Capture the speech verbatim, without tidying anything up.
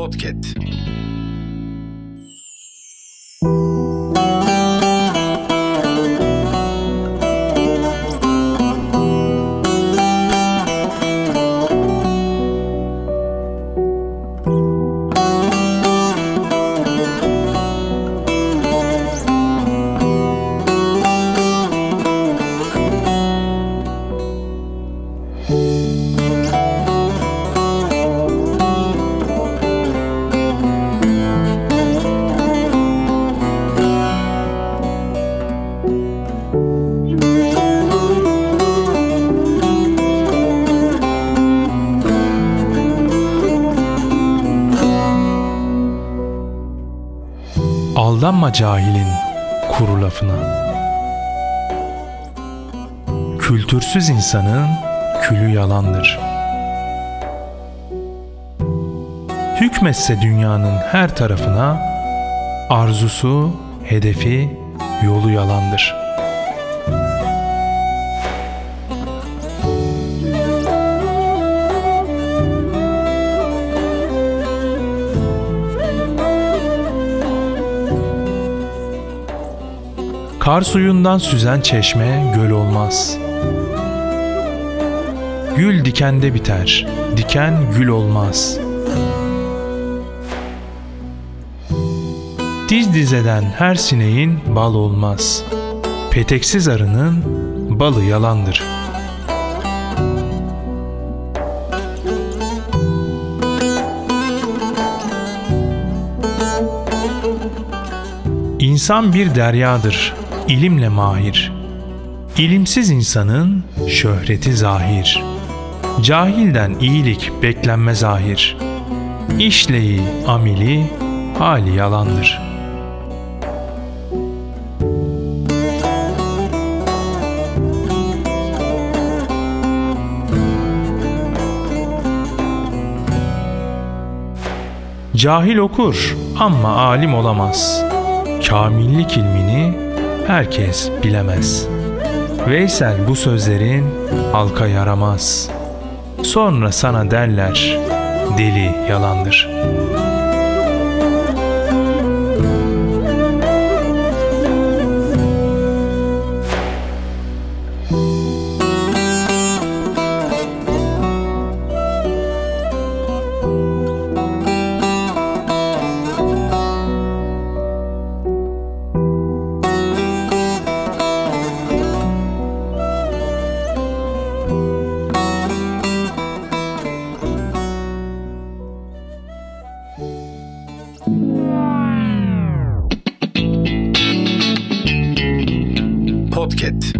Podcast. Aldanma cahilin kuru lafına. Kültürsüz insanın külü yalandır. Hükmetse dünyanın her tarafına, arzusu, hedefi, yolu yalandır. Kar suyundan süzen çeşme göl olmaz. Gül dikende biter, diken gül olmaz. Diz dizeden her sineğin bal olmaz. Peteksiz arının balı yalandır. İnsan bir deryadır, ilimle mahir. İlimsiz insanın şöhreti zahir. Cahilden iyilik beklenmez zahir. İşleyi, amili, hali yalandır. Cahil okur ama alim olamaz. Kamillik ilmini herkes bilemez. Veysel bu sözlerin halka yaramaz. Sonra sana derler deli yalandır. Podcast.